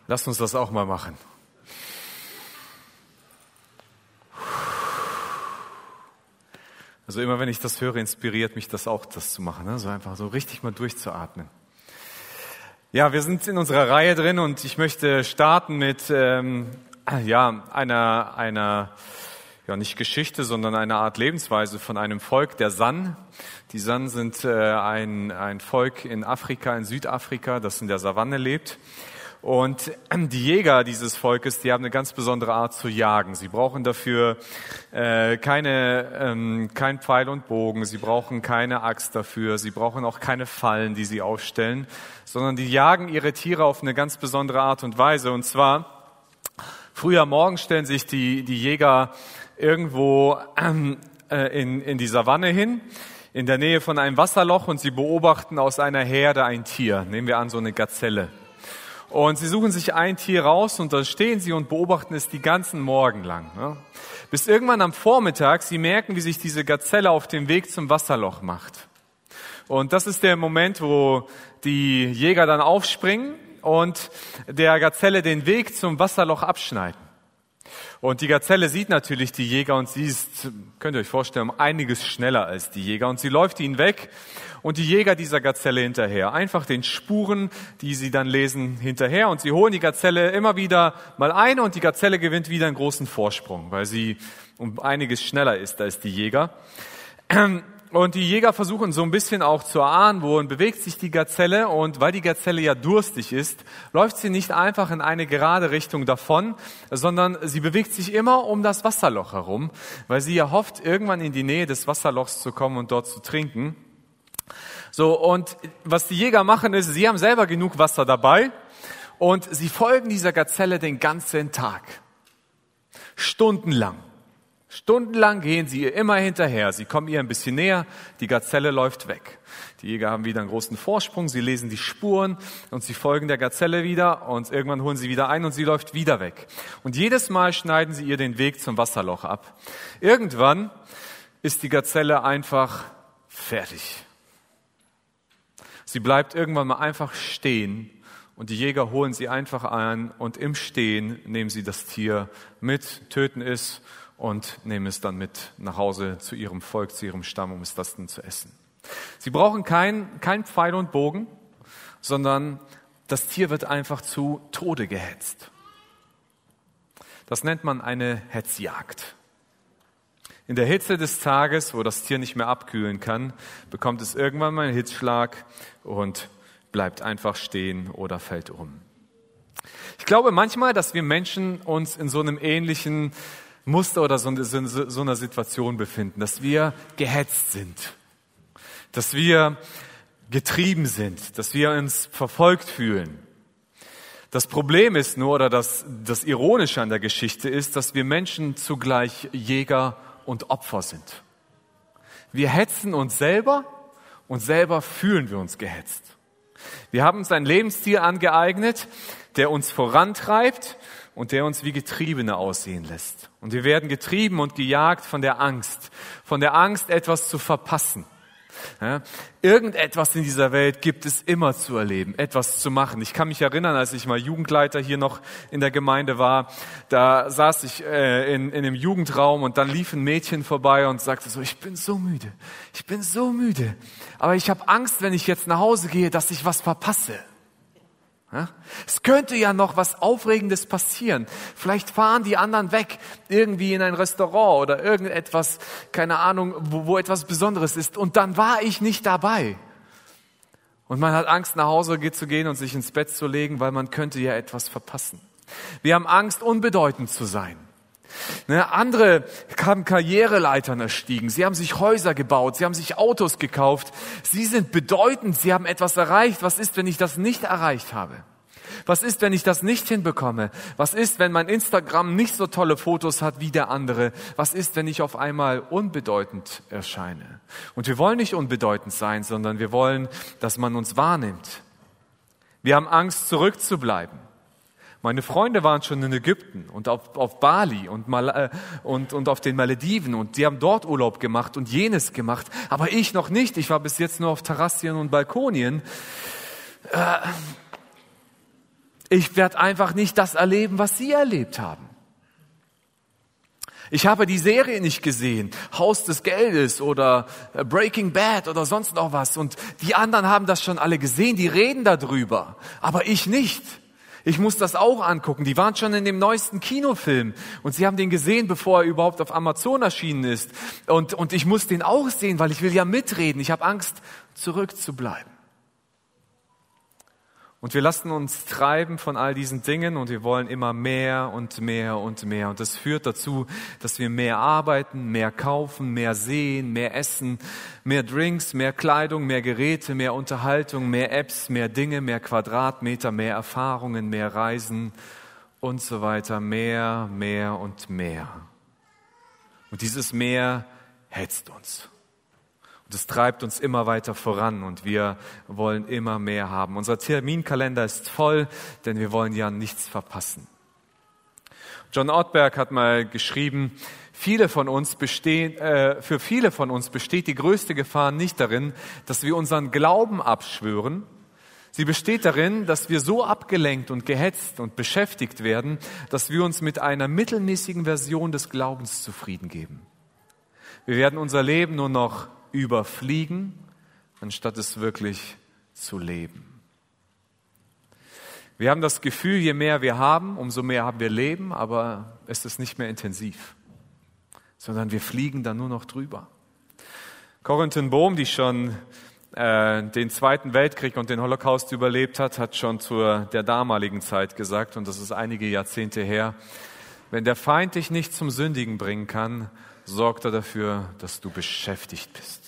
Lasst uns das auch mal machen. Also immer wenn ich das höre, inspiriert mich das auch, das zu machen, ne? So einfach so richtig mal durchzuatmen. Ja, wir sind in unserer Reihe drin und ich möchte starten mit einer nicht Geschichte, sondern einer Art Lebensweise von einem Volk, der San. Die San sind ein Volk in Afrika, in Südafrika, das in der Savanne lebt. Und die Jäger dieses Volkes, die haben eine ganz besondere Art zu jagen. Sie brauchen dafür kein Pfeil und Bogen, sie brauchen keine Axt dafür, sie brauchen auch keine Fallen, die sie aufstellen, sondern die jagen ihre Tiere auf eine ganz besondere Art und Weise. Und zwar, früh am Morgen stellen sich die Jäger irgendwo in die Savanne hin, in der Nähe von einem Wasserloch, und sie beobachten aus einer Herde ein Tier. Nehmen wir an, so eine Gazelle. Und sie suchen sich ein Tier raus und dann stehen sie und beobachten es die ganzen Morgen lang. Ne? Bis irgendwann am Vormittag sie merken, wie sich diese Gazelle auf dem Weg zum Wasserloch macht. Und das ist der Moment, wo die Jäger dann aufspringen und der Gazelle den Weg zum Wasserloch abschneiden. Und die Gazelle sieht natürlich die Jäger und sie ist, könnt ihr euch vorstellen, einiges schneller als die Jäger. Und sie läuft ihnen weg und die Jäger dieser Gazelle hinterher. Einfach den Spuren, die sie dann lesen, hinterher. Und sie holen die Gazelle immer wieder mal ein und die Gazelle gewinnt wieder einen großen Vorsprung, weil sie um einiges schneller ist als die Jäger. Und die Jäger versuchen so ein bisschen auch zu erahnen, wohin bewegt sich die Gazelle. Und weil die Gazelle ja durstig ist, läuft sie nicht einfach in eine gerade Richtung davon, sondern sie bewegt sich immer um das Wasserloch herum, weil sie ja hofft, irgendwann in die Nähe des Wasserlochs zu kommen und dort zu trinken. So, und was die Jäger machen ist, sie haben selber genug Wasser dabei und sie folgen dieser Gazelle den ganzen Tag. Stundenlang. Stundenlang gehen sie ihr immer hinterher. Sie kommen ihr ein bisschen näher, die Gazelle läuft weg. Die Jäger haben wieder einen großen Vorsprung, sie lesen die Spuren und sie folgen der Gazelle wieder und irgendwann holen sie wieder ein und sie läuft wieder weg. Und jedes Mal schneiden sie ihr den Weg zum Wasserloch ab. Irgendwann ist die Gazelle einfach fertig. Sie bleibt irgendwann mal einfach stehen und die Jäger holen sie einfach ein und im Stehen nehmen sie das Tier mit, töten es und nehmen es dann mit nach Hause zu ihrem Volk, zu ihrem Stamm, um es das dann zu essen. Sie brauchen kein Pfeil und Bogen, sondern das Tier wird einfach zu Tode gehetzt. Das nennt man eine Hetzjagd. In der Hitze des Tages, wo das Tier nicht mehr abkühlen kann, bekommt es irgendwann mal einen Hitzschlag und bleibt einfach stehen oder fällt um. Ich glaube manchmal, dass wir Menschen uns in so einem ähnlichen Muster oder so einer Situation befinden, dass wir gehetzt sind, dass wir getrieben sind, dass wir uns verfolgt fühlen. Das Problem ist nur, oder das Ironische an der Geschichte ist, dass wir Menschen zugleich Jäger und Opfer sind. Wir hetzen uns selber und selber fühlen wir uns gehetzt. Wir haben uns einen Lebensstil angeeignet, der uns vorantreibt und der uns wie Getriebene aussehen lässt. Und wir werden getrieben und gejagt von der Angst, etwas zu verpassen. Ja, irgendetwas in dieser Welt gibt es immer zu erleben, etwas zu machen. Ich kann mich erinnern, als ich mal Jugendleiter hier noch in der Gemeinde war, da saß ich in einem Jugendraum und dann lief ein Mädchen vorbei und sagte so, ich bin so müde, aber ich habe Angst, wenn ich jetzt nach Hause gehe, dass ich was verpasse. Ja? Es könnte ja noch was Aufregendes passieren. Vielleicht fahren die anderen weg, irgendwie in ein Restaurant oder irgendetwas, keine Ahnung, wo etwas Besonderes ist. Und dann war ich nicht dabei. Und man hat Angst, nach Hause zu gehen und sich ins Bett zu legen, weil man könnte ja etwas verpassen. Wir haben Angst, unbedeutend zu sein. Andere haben Karriereleitern erstiegen, sie haben sich Häuser gebaut, sie haben sich Autos gekauft, sie sind bedeutend, sie haben etwas erreicht. Was ist, wenn ich das nicht erreicht habe? Was ist, wenn ich das nicht hinbekomme? Was ist, wenn mein Instagram nicht so tolle Fotos hat wie der andere? Was ist, wenn ich auf einmal unbedeutend erscheine? Und wir wollen nicht unbedeutend sein, sondern wir wollen, dass man uns wahrnimmt. Wir haben Angst, zurückzubleiben. Meine Freunde waren schon in Ägypten und auf Bali und auf den Malediven und die haben dort Urlaub gemacht und jenes gemacht. Aber ich noch nicht. Ich war bis jetzt nur auf Terrassien und Balkonien. Ich werde einfach nicht das erleben, was sie erlebt haben. Ich habe die Serie nicht gesehen, Haus des Geldes oder Breaking Bad oder sonst noch was. Und die anderen haben das schon alle gesehen, die reden darüber, aber ich nicht. Ich muss das auch angucken. Die waren schon in dem neuesten Kinofilm und sie haben den gesehen, bevor er überhaupt auf Amazon erschienen ist. Und ich muss den auch sehen, weil ich will ja mitreden. Ich habe Angst, zurückzubleiben. Und wir lassen uns treiben von all diesen Dingen und wir wollen immer mehr und mehr und mehr. Und das führt dazu, dass wir mehr arbeiten, mehr kaufen, mehr sehen, mehr essen, mehr Drinks, mehr Kleidung, mehr Geräte, mehr Unterhaltung, mehr Apps, mehr Dinge, mehr Quadratmeter, mehr Erfahrungen, mehr Reisen und so weiter. Mehr, mehr und mehr. Und dieses Mehr hetzt uns. Das treibt uns immer weiter voran und wir wollen immer mehr haben. Unser Terminkalender ist voll, denn wir wollen ja nichts verpassen. John Ortberg hat mal geschrieben, für viele von uns besteht die größte Gefahr nicht darin, dass wir unseren Glauben abschwören. Sie besteht darin, dass wir so abgelenkt und gehetzt und beschäftigt werden, dass wir uns mit einer mittelmäßigen Version des Glaubens zufrieden geben. Wir werden unser Leben nur noch überfliegen, anstatt es wirklich zu leben. Wir haben das Gefühl, je mehr wir haben, umso mehr haben wir Leben, aber es ist nicht mehr intensiv, sondern wir fliegen dann nur noch drüber. Corrie ten Boom, die schon den Zweiten Weltkrieg und den Holocaust überlebt hat schon zu der damaligen Zeit gesagt, und das ist einige Jahrzehnte her, wenn der Feind dich nicht zum Sündigen bringen kann, sorgt er dafür, dass du beschäftigt bist.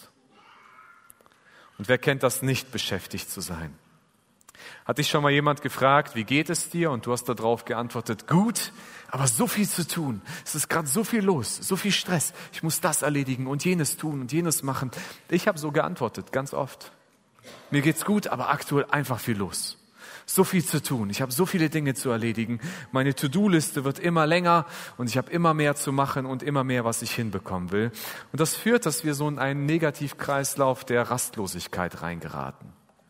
Und wer kennt das nicht, beschäftigt zu sein? Hat dich schon mal jemand gefragt, wie geht es dir? Und du hast darauf geantwortet, gut, aber so viel zu tun. Es ist gerade so viel los, so viel Stress. Ich muss das erledigen und jenes tun und jenes machen. Ich habe so geantwortet, ganz oft. Mir geht's gut, aber aktuell einfach viel los. So viel zu tun. Ich habe so viele Dinge zu erledigen. Meine To-Do-Liste wird immer länger und ich habe immer mehr zu machen und immer mehr, was ich hinbekommen will. Und das führt, dass wir so in einen Negativkreislauf der Rastlosigkeit reingeraten.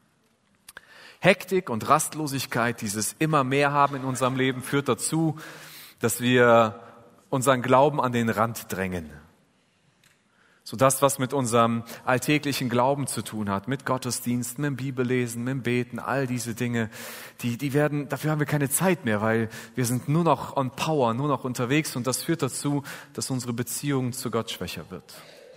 Hektik und Rastlosigkeit, dieses immer mehr haben in unserem Leben, führt dazu, dass wir unseren Glauben an den Rand drängen. So das, was mit unserem alltäglichen Glauben zu tun hat, mit Gottesdiensten, mit dem Bibellesen, mit dem Beten, all diese Dinge, dafür haben wir keine Zeit mehr, weil wir sind nur noch on Power, nur noch unterwegs und das führt dazu, dass unsere Beziehung zu Gott schwächer wird.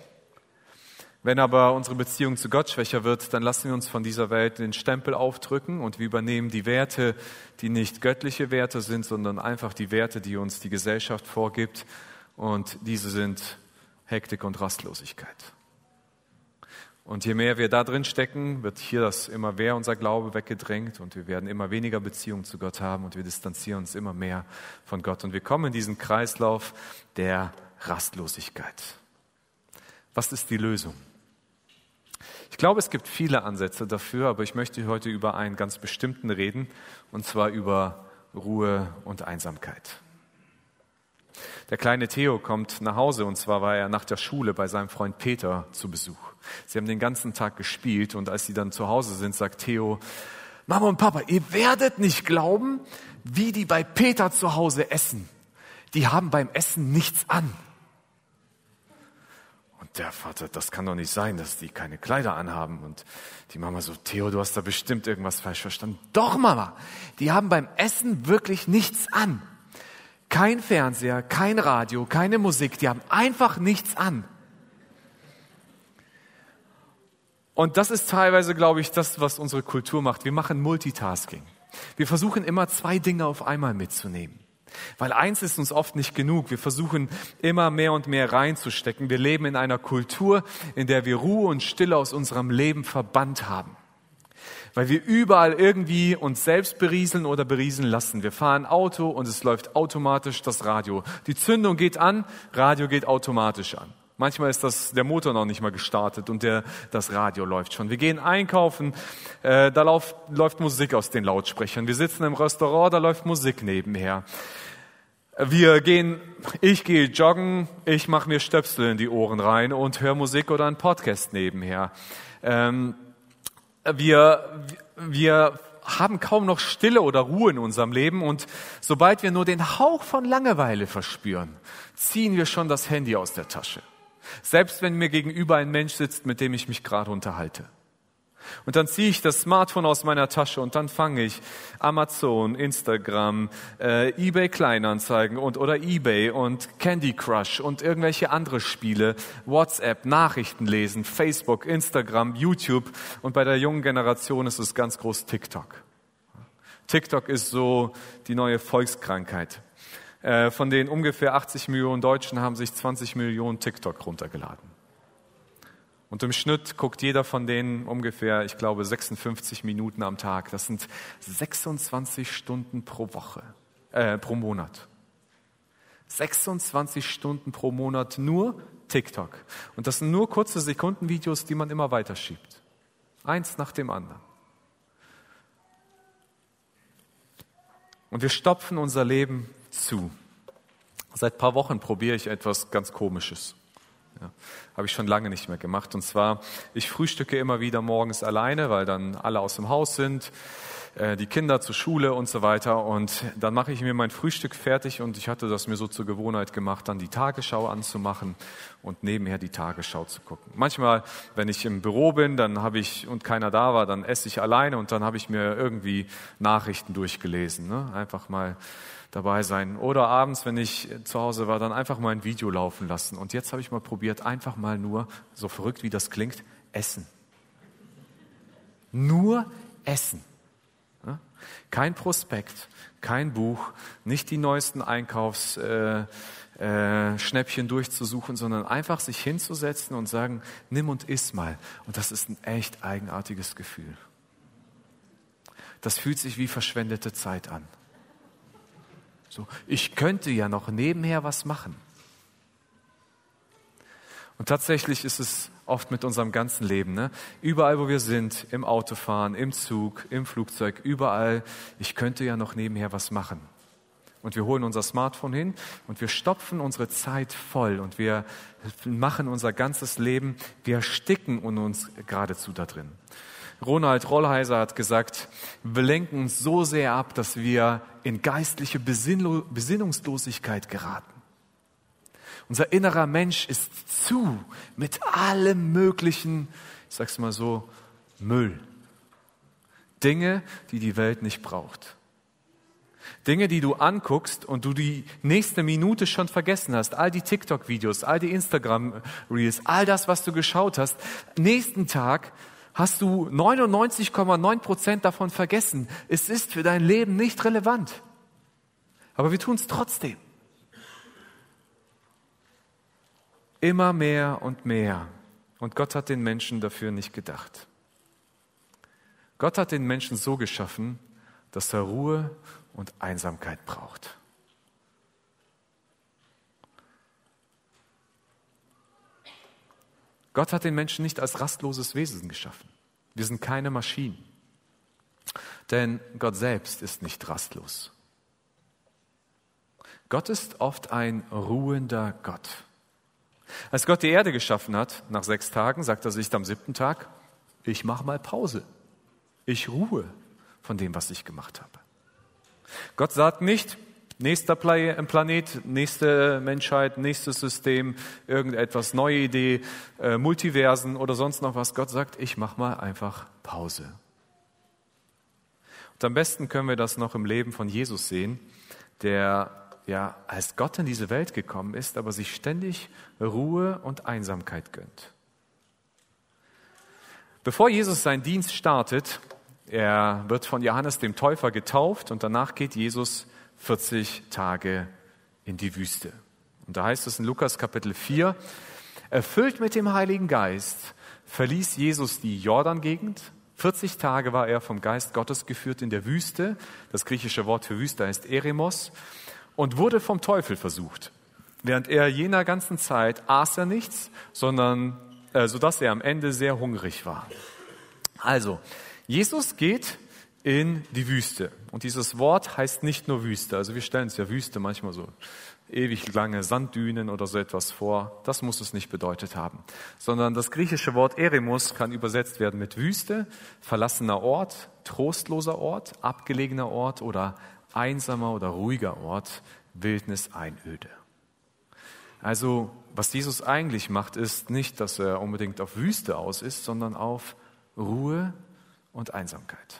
Wenn aber unsere Beziehung zu Gott schwächer wird, dann lassen wir uns von dieser Welt den Stempel aufdrücken und wir übernehmen die Werte, die nicht göttliche Werte sind, sondern einfach die Werte, die uns die Gesellschaft vorgibt und diese sind Hektik und Rastlosigkeit. Und je mehr wir da drin stecken, wird hier das immer mehr unser Glaube weggedrängt und wir werden immer weniger Beziehung zu Gott haben und wir distanzieren uns immer mehr von Gott. Und wir kommen in diesen Kreislauf der Rastlosigkeit. Was ist die Lösung? Ich glaube, es gibt viele Ansätze dafür, aber ich möchte heute über einen ganz bestimmten reden, und zwar über Ruhe und Einsamkeit. Der kleine Theo kommt nach Hause und zwar war er nach der Schule bei seinem Freund Peter zu Besuch. Sie haben den ganzen Tag gespielt und als sie dann zu Hause sind, sagt Theo, Mama und Papa, ihr werdet nicht glauben, wie die bei Peter zu Hause essen. Die haben beim Essen nichts an. Und der Vater, das kann doch nicht sein, dass die keine Kleider anhaben. Und die Mama so, Theo, du hast da bestimmt irgendwas falsch verstanden. Doch, Mama, die haben beim Essen wirklich nichts an. Kein Fernseher, kein Radio, keine Musik, die haben einfach nichts an. Und das ist teilweise, glaube ich, das, was unsere Kultur macht. Wir machen Multitasking. Wir versuchen immer 2 Dinge auf einmal mitzunehmen. Weil eins ist uns oft nicht genug. Wir versuchen immer mehr und mehr reinzustecken. Wir leben in einer Kultur, in der wir Ruhe und Stille aus unserem Leben verbannt haben. Weil wir überall irgendwie uns selbst berieseln oder berieseln lassen. Wir fahren Auto und es läuft automatisch das Radio. Die Zündung geht an, Radio geht automatisch an. Manchmal ist der Motor noch nicht mal gestartet und das Radio läuft schon. Wir gehen einkaufen, da läuft Musik aus den Lautsprechern. Wir sitzen im Restaurant, da läuft Musik nebenher. Ich gehe joggen, ich mache mir Stöpsel in die Ohren rein und höre Musik oder einen Podcast nebenher. Wir haben kaum noch Stille oder Ruhe in unserem Leben und sobald wir nur den Hauch von Langeweile verspüren, ziehen wir schon das Handy aus der Tasche. Selbst wenn mir gegenüber ein Mensch sitzt, mit dem ich mich gerade unterhalte. Und dann ziehe ich das Smartphone aus meiner Tasche und dann fange ich Amazon, Instagram, eBay Kleinanzeigen oder eBay und Candy Crush und irgendwelche andere Spiele, WhatsApp, Nachrichten lesen, Facebook, Instagram, YouTube und bei der jungen Generation ist es ganz groß TikTok. TikTok ist so die neue Volkskrankheit. Von den ungefähr 80 Millionen Deutschen haben sich 20 Millionen TikTok runtergeladen. Und im Schnitt guckt jeder von denen ungefähr, ich glaube, 56 Minuten am Tag. Das sind 26 Stunden pro Monat. 26 Stunden pro Monat nur TikTok. Und das sind nur kurze Sekundenvideos, die man immer weiterschiebt. Eins nach dem anderen. Und wir stopfen unser Leben zu. Seit ein paar Wochen probiere ich etwas ganz Komisches. Ja, habe ich schon lange nicht mehr gemacht. Und zwar, ich frühstücke immer wieder morgens alleine, weil dann alle aus dem Haus sind, die Kinder zur Schule und so weiter. Und dann mache ich mir mein Frühstück fertig und ich hatte das mir so zur Gewohnheit gemacht, dann die Tagesschau anzumachen und nebenher die Tagesschau zu gucken. Manchmal, wenn ich im Büro bin, dann und keiner da war, dann esse ich alleine und dann habe ich mir irgendwie Nachrichten durchgelesen. Ne? Einfach mal dabei sein. Oder abends, wenn ich zu Hause war, dann einfach mal ein Video laufen lassen. Und jetzt habe ich mal probiert, einfach mal nur, so verrückt wie das klingt, essen. Nur essen. Ja? Kein Prospekt, kein Buch, nicht die neuesten Einkaufsschnäppchen durchzusuchen, sondern einfach sich hinzusetzen und sagen, nimm und iss mal. Und das ist ein echt eigenartiges Gefühl. Das fühlt sich wie verschwendete Zeit an. So, ich könnte ja noch nebenher was machen. Und tatsächlich ist es oft mit unserem ganzen Leben. Ne? Überall, wo wir sind, im Autofahren, im Zug, im Flugzeug, überall, ich könnte ja noch nebenher was machen. Und wir holen unser Smartphone hin und wir stopfen unsere Zeit voll und wir machen unser ganzes Leben, wir ersticken uns geradezu da drin. Ronald Rolheiser hat gesagt, wir lenken uns so sehr ab, dass wir in geistliche Besinnungslosigkeit geraten. Unser innerer Mensch ist zu mit allem möglichen, ich sag's mal so, Müll. Dinge, die die Welt nicht braucht. Dinge, die du anguckst und du die nächste Minute schon vergessen hast. All die TikTok-Videos, all die Instagram-Reels, all das, was du geschaut hast. Nächsten Tag hast du 99,9% davon vergessen. Es ist für dein Leben nicht relevant. Aber wir tun es trotzdem. Immer mehr und mehr. Und Gott hat den Menschen dafür nicht gedacht. Gott hat den Menschen so geschaffen, dass er Ruhe und Einsamkeit braucht. Gott hat den Menschen nicht als rastloses Wesen geschaffen. Wir sind keine Maschinen. Denn Gott selbst ist nicht rastlos. Gott ist oft ein ruhender Gott. Als Gott die Erde geschaffen hat, nach 6 Tagen, sagt er sich am 7. Tag, ich mache mal Pause. Ich ruhe von dem, was ich gemacht habe. Gott sagt nicht, nächster Planet, nächste Menschheit, nächstes System, irgendetwas, neue Idee, Multiversen oder sonst noch was. Gott sagt, ich mache mal einfach Pause. Und am besten können wir das noch im Leben von Jesus sehen, der ja als Gott in diese Welt gekommen ist, aber sich ständig Ruhe und Einsamkeit gönnt. Bevor Jesus seinen Dienst startet, er wird von Johannes dem Täufer getauft und danach geht Jesus 40 Tage in die Wüste. Und da heißt es in Lukas Kapitel 4, erfüllt mit dem Heiligen Geist verließ Jesus die Jordan-Gegend. 40 Tage war er vom Geist Gottes geführt in der Wüste. Das griechische Wort für Wüste heißt Eremos. Und wurde vom Teufel versucht. Während er jener ganzen Zeit aß er nichts, sondern sodass er am Ende sehr hungrig war. Also, Jesus geht in die Wüste. Und dieses Wort heißt nicht nur Wüste. Also wir stellen uns ja Wüste manchmal so ewig lange Sanddünen oder so etwas vor. Das muss es nicht bedeutet haben. Sondern das griechische Wort Eremos kann übersetzt werden mit Wüste, verlassener Ort, trostloser Ort, abgelegener Ort oder einsamer oder ruhiger Ort, Wildnis, Einöde. Also was Jesus eigentlich macht, ist nicht, dass er unbedingt auf Wüste aus ist, sondern auf Ruhe und Einsamkeit.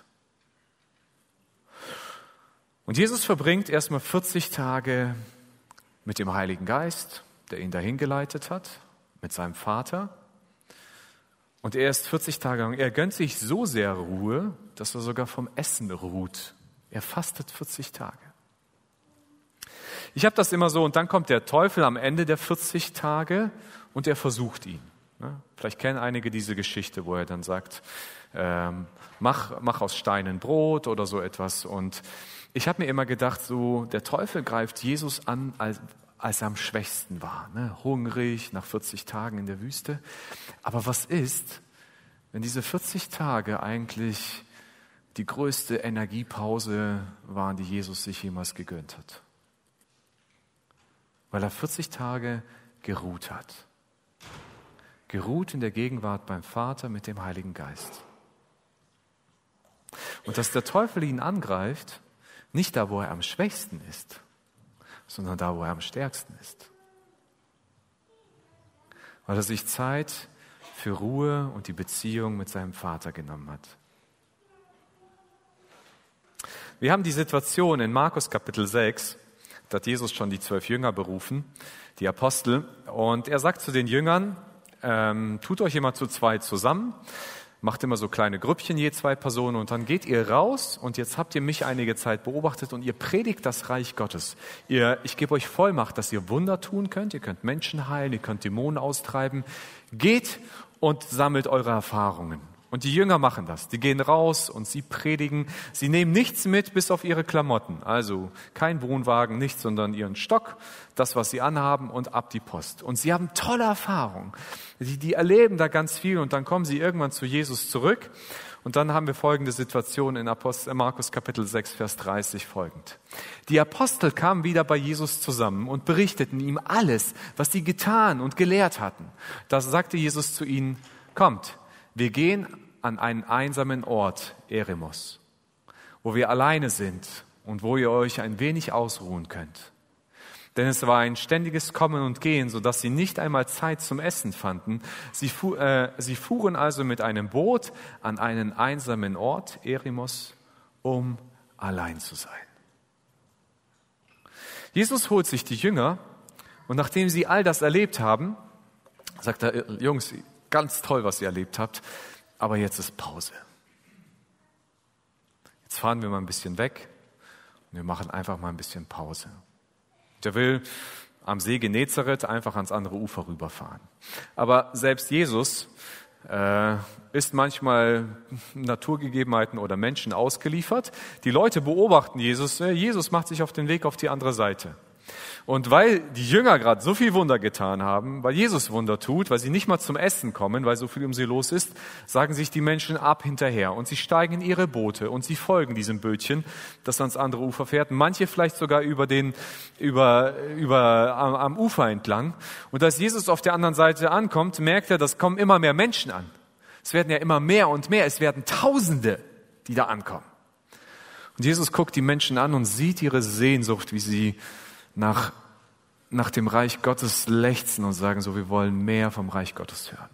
Und Jesus verbringt erstmal 40 Tage mit dem Heiligen Geist, der ihn dahin geleitet hat, mit seinem Vater. Und er ist 40 Tage lang, er gönnt sich so sehr Ruhe, dass er sogar vom Essen ruht. Er fastet 40 Tage. Ich habe das immer so, und dann kommt der Teufel am Ende der 40 Tage und er versucht ihn. Vielleicht kennen einige diese Geschichte, wo er dann sagt, mach aus Steinen Brot oder so etwas. Und ich habe mir immer gedacht, so der Teufel greift Jesus an, als er am schwächsten war, hungrig nach 40 Tagen in der Wüste. Aber was ist, wenn diese 40 Tage eigentlich die größte Energiepause waren, die Jesus sich jemals gegönnt hat? Weil er 40 Tage geruht hat. Geruht in der Gegenwart beim Vater mit dem Heiligen Geist. Und dass der Teufel ihn angreift, nicht da, wo er am schwächsten ist, sondern da, wo er am stärksten ist. Weil er sich Zeit für Ruhe und die Beziehung mit seinem Vater genommen hat. Wir haben die Situation in Markus Kapitel 6, da hat Jesus schon die 12 Jünger berufen, die Apostel, und er sagt zu den Jüngern, tut euch immer zu zweit zusammen, macht immer so kleine Grüppchen, je 2 Personen, und dann geht ihr raus, und jetzt habt ihr mich einige Zeit beobachtet und ihr predigt das Reich Gottes. Ich gebe euch Vollmacht, dass ihr Wunder tun könnt, ihr könnt Menschen heilen, ihr könnt Dämonen austreiben. Geht und sammelt eure Erfahrungen. Und die Jünger machen das. Die gehen raus und sie predigen. Sie nehmen nichts mit, bis auf ihre Klamotten. Also kein Wohnwagen, nichts, sondern ihren Stock, das, was sie anhaben, und ab die Post. Und sie haben tolle Erfahrungen. Die erleben da ganz viel, und dann kommen sie irgendwann zu Jesus zurück. Und dann haben wir folgende Situation in Markus Kapitel 6, Vers 30 folgend. Die Apostel kamen wieder bei Jesus zusammen und berichteten ihm alles, was sie getan und gelehrt hatten. Da sagte Jesus zu ihnen, kommt, wir gehen an einen einsamen Ort, Eremos, wo wir alleine sind und wo ihr euch ein wenig ausruhen könnt. Denn es war ein ständiges Kommen und Gehen, sodass sie nicht einmal Zeit zum Essen fanden. Sie fuhren also mit einem Boot an einen einsamen Ort, Eremos, um allein zu sein. Jesus holt sich die Jünger, und nachdem sie all das erlebt haben, sagt er, Jungs, ganz toll, was ihr erlebt habt, aber jetzt ist Pause. Jetzt fahren wir mal ein bisschen weg und wir machen einfach mal ein bisschen Pause. Der will am See Genezareth einfach ans andere Ufer rüberfahren. Aber selbst Jesus ist manchmal Naturgegebenheiten oder Menschen ausgeliefert. Die Leute beobachten Jesus. Jesus macht sich auf den Weg auf die andere Seite. Und weil die Jünger gerade so viel Wunder getan haben, weil Jesus Wunder tut, weil sie nicht mal zum Essen kommen, weil so viel um sie los ist, sagen sich die Menschen ab hinterher. Und sie steigen in ihre Boote und sie folgen diesem Bötchen, das ans andere Ufer fährt. Manche vielleicht sogar am Ufer entlang. Und als Jesus auf der anderen Seite ankommt, merkt er, das kommen immer mehr Menschen an. Es werden ja immer mehr und mehr. Es werden Tausende, die da ankommen. Und Jesus guckt die Menschen an und sieht ihre Sehnsucht, wie sie nach dem Reich Gottes lechzen und sagen so, wir wollen mehr vom Reich Gottes hören.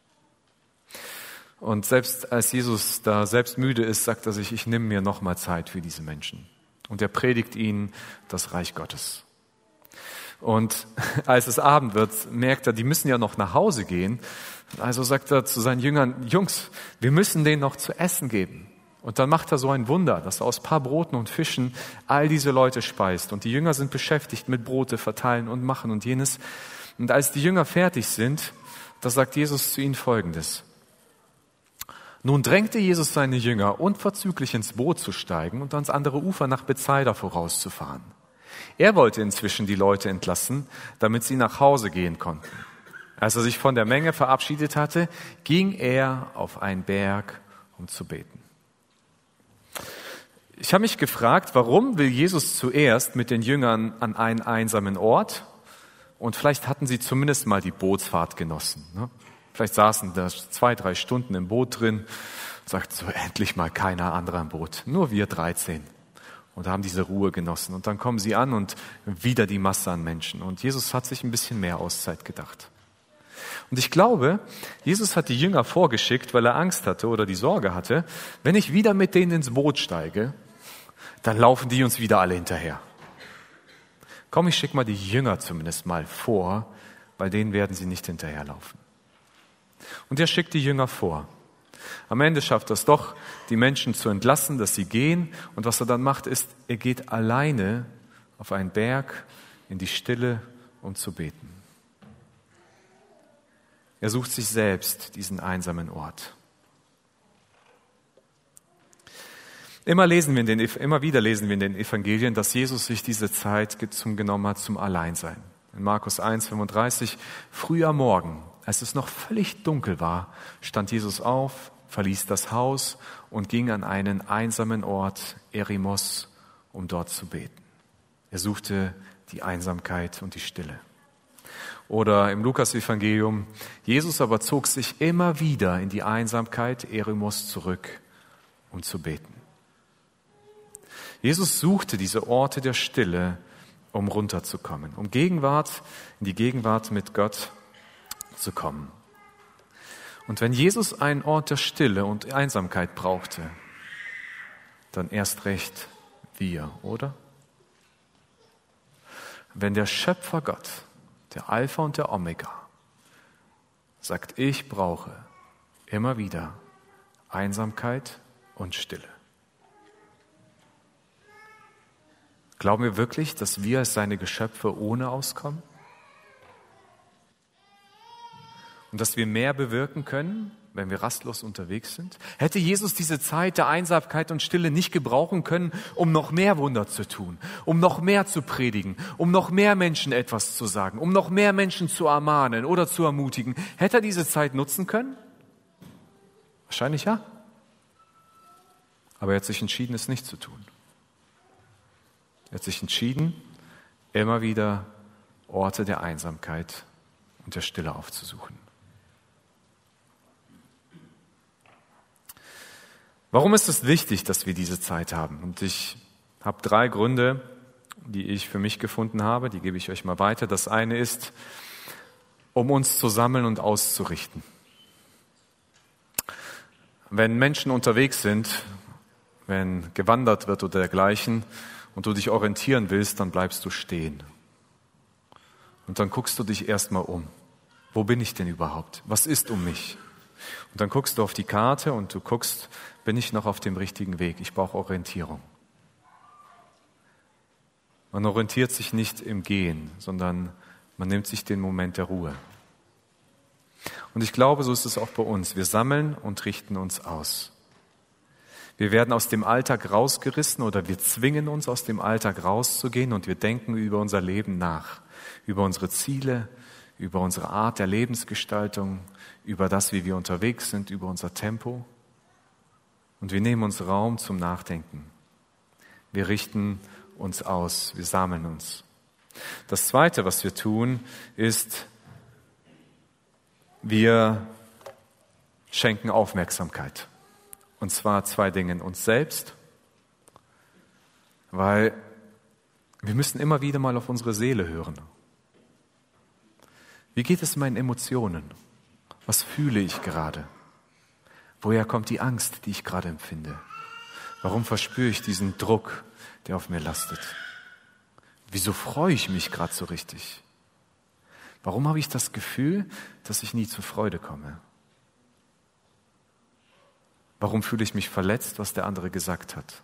Und selbst als Jesus da selbst müde ist, sagt er sich, ich nehme mir nochmal Zeit für diese Menschen. Und er predigt ihnen das Reich Gottes. Und als es Abend wird, merkt er, die müssen ja noch nach Hause gehen. Also sagt er zu seinen Jüngern, Jungs, wir müssen denen noch zu essen geben. Und dann macht er so ein Wunder, dass er aus ein paar Broten und Fischen all diese Leute speist. Und die Jünger sind beschäftigt mit Brote verteilen und machen und jenes. Und als die Jünger fertig sind, da sagt Jesus zu ihnen Folgendes. Nun drängte Jesus seine Jünger, unverzüglich ins Boot zu steigen und ans andere Ufer nach Bethsaida vorauszufahren. Er wollte inzwischen die Leute entlassen, damit sie nach Hause gehen konnten. Als er sich von der Menge verabschiedet hatte, ging er auf einen Berg, um zu beten. Ich habe mich gefragt, warum will Jesus zuerst mit den Jüngern an einen einsamen Ort? Und vielleicht hatten sie zumindest mal die Bootsfahrt genossen. Ne? Vielleicht saßen da 2-3 Stunden im Boot drin, sagt so, endlich mal keiner anderer im Boot, nur wir 13. Und haben diese Ruhe genossen. Und dann kommen sie an und wieder die Masse an Menschen. Und Jesus hat sich ein bisschen mehr Auszeit gedacht. Und ich glaube, Jesus hat die Jünger vorgeschickt, weil er Angst hatte oder die Sorge hatte, wenn ich wieder mit denen ins Boot steige, dann laufen die uns wieder alle hinterher. Komm, ich schicke mal die Jünger zumindest mal vor, weil denen werden sie nicht hinterherlaufen. Und er schickt die Jünger vor. Am Ende schafft er es doch, die Menschen zu entlassen, dass sie gehen. Und was er dann macht, ist, er geht alleine auf einen Berg in die Stille, um zu beten. Er sucht sich selbst diesen einsamen Ort. Immer wieder lesen wir in den Evangelien, dass Jesus sich diese Zeit genommen hat zum Alleinsein. In Markus 1,35, früh am Morgen, als es noch völlig dunkel war, stand Jesus auf, verließ das Haus und ging an einen einsamen Ort, Eremos, um dort zu beten. Er suchte die Einsamkeit und die Stille. Oder im Lukas-Evangelium, Jesus aber zog sich immer wieder in die Einsamkeit Eremos zurück, um zu beten. Jesus suchte diese Orte der Stille, um runterzukommen, um in die Gegenwart mit Gott zu kommen. Und wenn Jesus einen Ort der Stille und Einsamkeit brauchte, dann erst recht wir, oder? Wenn der Schöpfer Gott, der Alpha und der Omega, sagt, ich brauche immer wieder Einsamkeit und Stille. Glauben wir wirklich, dass wir als seine Geschöpfe ohne auskommen? Und dass wir mehr bewirken können, wenn wir rastlos unterwegs sind? Hätte Jesus diese Zeit der Einsamkeit und Stille nicht gebrauchen können, um noch mehr Wunder zu tun, um noch mehr zu predigen, um noch mehr Menschen etwas zu sagen, um noch mehr Menschen zu ermahnen oder zu ermutigen? Hätte er diese Zeit nutzen können? Wahrscheinlich ja. Aber er hat sich entschieden, es nicht zu tun. Er hat sich entschieden, immer wieder Orte der Einsamkeit und der Stille aufzusuchen. Warum ist es wichtig, dass wir diese Zeit haben? Und ich habe 3 Gründe, die ich für mich gefunden habe, die gebe ich euch mal weiter. Das eine ist, um uns zu sammeln und auszurichten. Wenn Menschen unterwegs sind, wenn gewandert wird oder dergleichen, und du dich orientieren willst, dann bleibst du stehen. Und dann guckst du dich erstmal um. Wo bin ich denn überhaupt? Was ist um mich? Und dann guckst du auf die Karte und du guckst, bin ich noch auf dem richtigen Weg? Ich brauche Orientierung. Man orientiert sich nicht im Gehen, sondern man nimmt sich den Moment der Ruhe. Und ich glaube, so ist es auch bei uns. Wir sammeln und richten uns aus. Wir werden aus dem Alltag rausgerissen oder wir zwingen uns, aus dem Alltag rauszugehen und wir denken über unser Leben nach, über unsere Ziele, über unsere Art der Lebensgestaltung, über das, wie wir unterwegs sind, über unser Tempo. Und wir nehmen uns Raum zum Nachdenken. Wir richten uns aus, wir sammeln uns. Das Zweite, was wir tun, ist, wir schenken Aufmerksamkeit. Und zwar 2 Dingen. Uns selbst, weil wir müssen immer wieder mal auf unsere Seele hören. Wie geht es meinen Emotionen? Was fühle ich gerade? Woher kommt die Angst, die ich gerade empfinde? Warum verspüre ich diesen Druck, der auf mir lastet? Wieso freue ich mich gerade so richtig? Warum habe ich das Gefühl, dass ich nie zur Freude komme? Warum fühle ich mich verletzt, was der andere gesagt hat?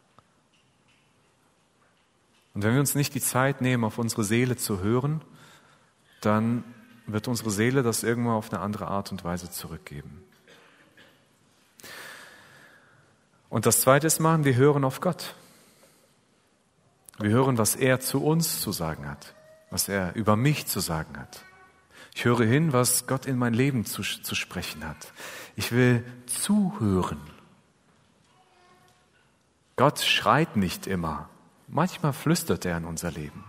Und wenn wir uns nicht die Zeit nehmen, auf unsere Seele zu hören, dann wird unsere Seele das irgendwann auf eine andere Art und Weise zurückgeben. Und das Zweite ist, wir hören auf Gott. Wir hören, was er zu uns zu sagen hat, was er über mich zu sagen hat. Ich höre hin, was Gott in mein Leben zu sprechen hat. Ich will zuhören. Gott schreit nicht immer. Manchmal flüstert er in unser Leben.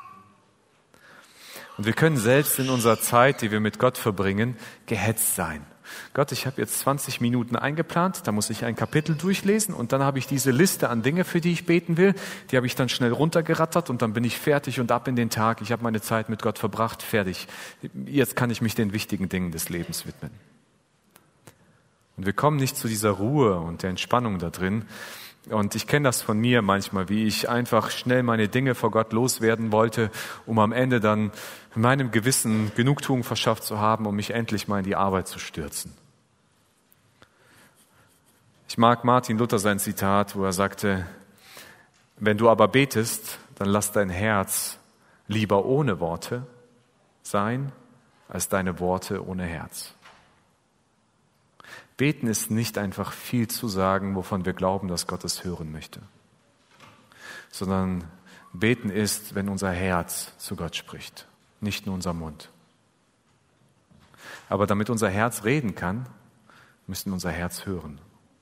Und wir können selbst in unserer Zeit, die wir mit Gott verbringen, gehetzt sein. Gott, ich habe jetzt 20 Minuten eingeplant, da muss ich ein Kapitel durchlesen und dann habe ich diese Liste an Dingen, für die ich beten will, die habe ich dann schnell runtergerattert und dann bin ich fertig und ab in den Tag. Ich habe meine Zeit mit Gott verbracht, fertig. Jetzt kann ich mich den wichtigen Dingen des Lebens widmen. Und wir kommen nicht zu dieser Ruhe und der Entspannung da drin. Und ich kenne das von mir manchmal, wie ich einfach schnell meine Dinge vor Gott loswerden wollte, um am Ende dann meinem Gewissen Genugtuung verschafft zu haben, um mich endlich mal in die Arbeit zu stürzen. Ich mag Martin Luther sein Zitat, wo er sagte, wenn du aber betest, dann lass dein Herz lieber ohne Worte sein, als deine Worte ohne Herz. Beten ist nicht einfach viel zu sagen, wovon wir glauben, dass Gott es hören möchte, sondern beten ist, wenn unser Herz zu Gott spricht, nicht nur unser Mund. Aber damit unser Herz reden kann, müssen unser Herz hören.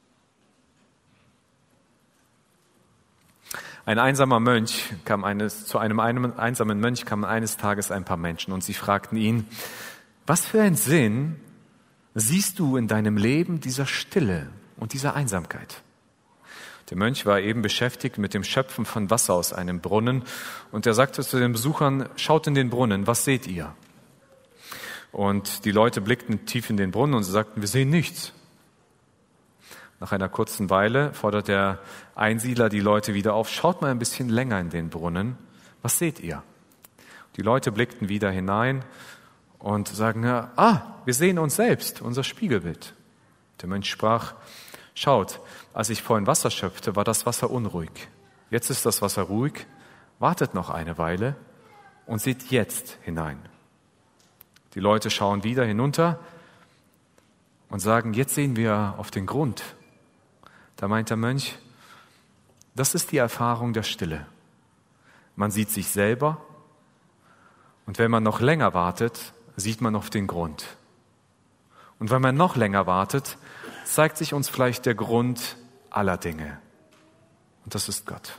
Ein einsamer Mönch zu einem einsamen Mönch kamen eines Tages ein paar Menschen und sie fragten ihn, was für einen Sinn siehst du in deinem Leben dieser Stille und dieser Einsamkeit? Der Mönch war eben beschäftigt mit dem Schöpfen von Wasser aus einem Brunnen und er sagte zu den Besuchern, schaut in den Brunnen, was seht ihr? Und die Leute blickten tief in den Brunnen und sie sagten, wir sehen nichts. Nach einer kurzen Weile fordert der Einsiedler die Leute wieder auf, schaut mal ein bisschen länger in den Brunnen, was seht ihr? Die Leute blickten wieder hinein und sagen, wir sehen uns selbst, unser Spiegelbild. Der Mönch sprach, schaut, als ich vorhin Wasser schöpfte, war das Wasser unruhig. Jetzt ist das Wasser ruhig, wartet noch eine Weile und seht jetzt hinein. Die Leute schauen wieder hinunter und sagen, jetzt sehen wir auf den Grund. Da meint der Mönch, das ist die Erfahrung der Stille. Man sieht sich selber und wenn man noch länger wartet, sieht man auf den Grund. Und wenn man noch länger wartet, zeigt sich uns vielleicht der Grund aller Dinge. Und das ist Gott.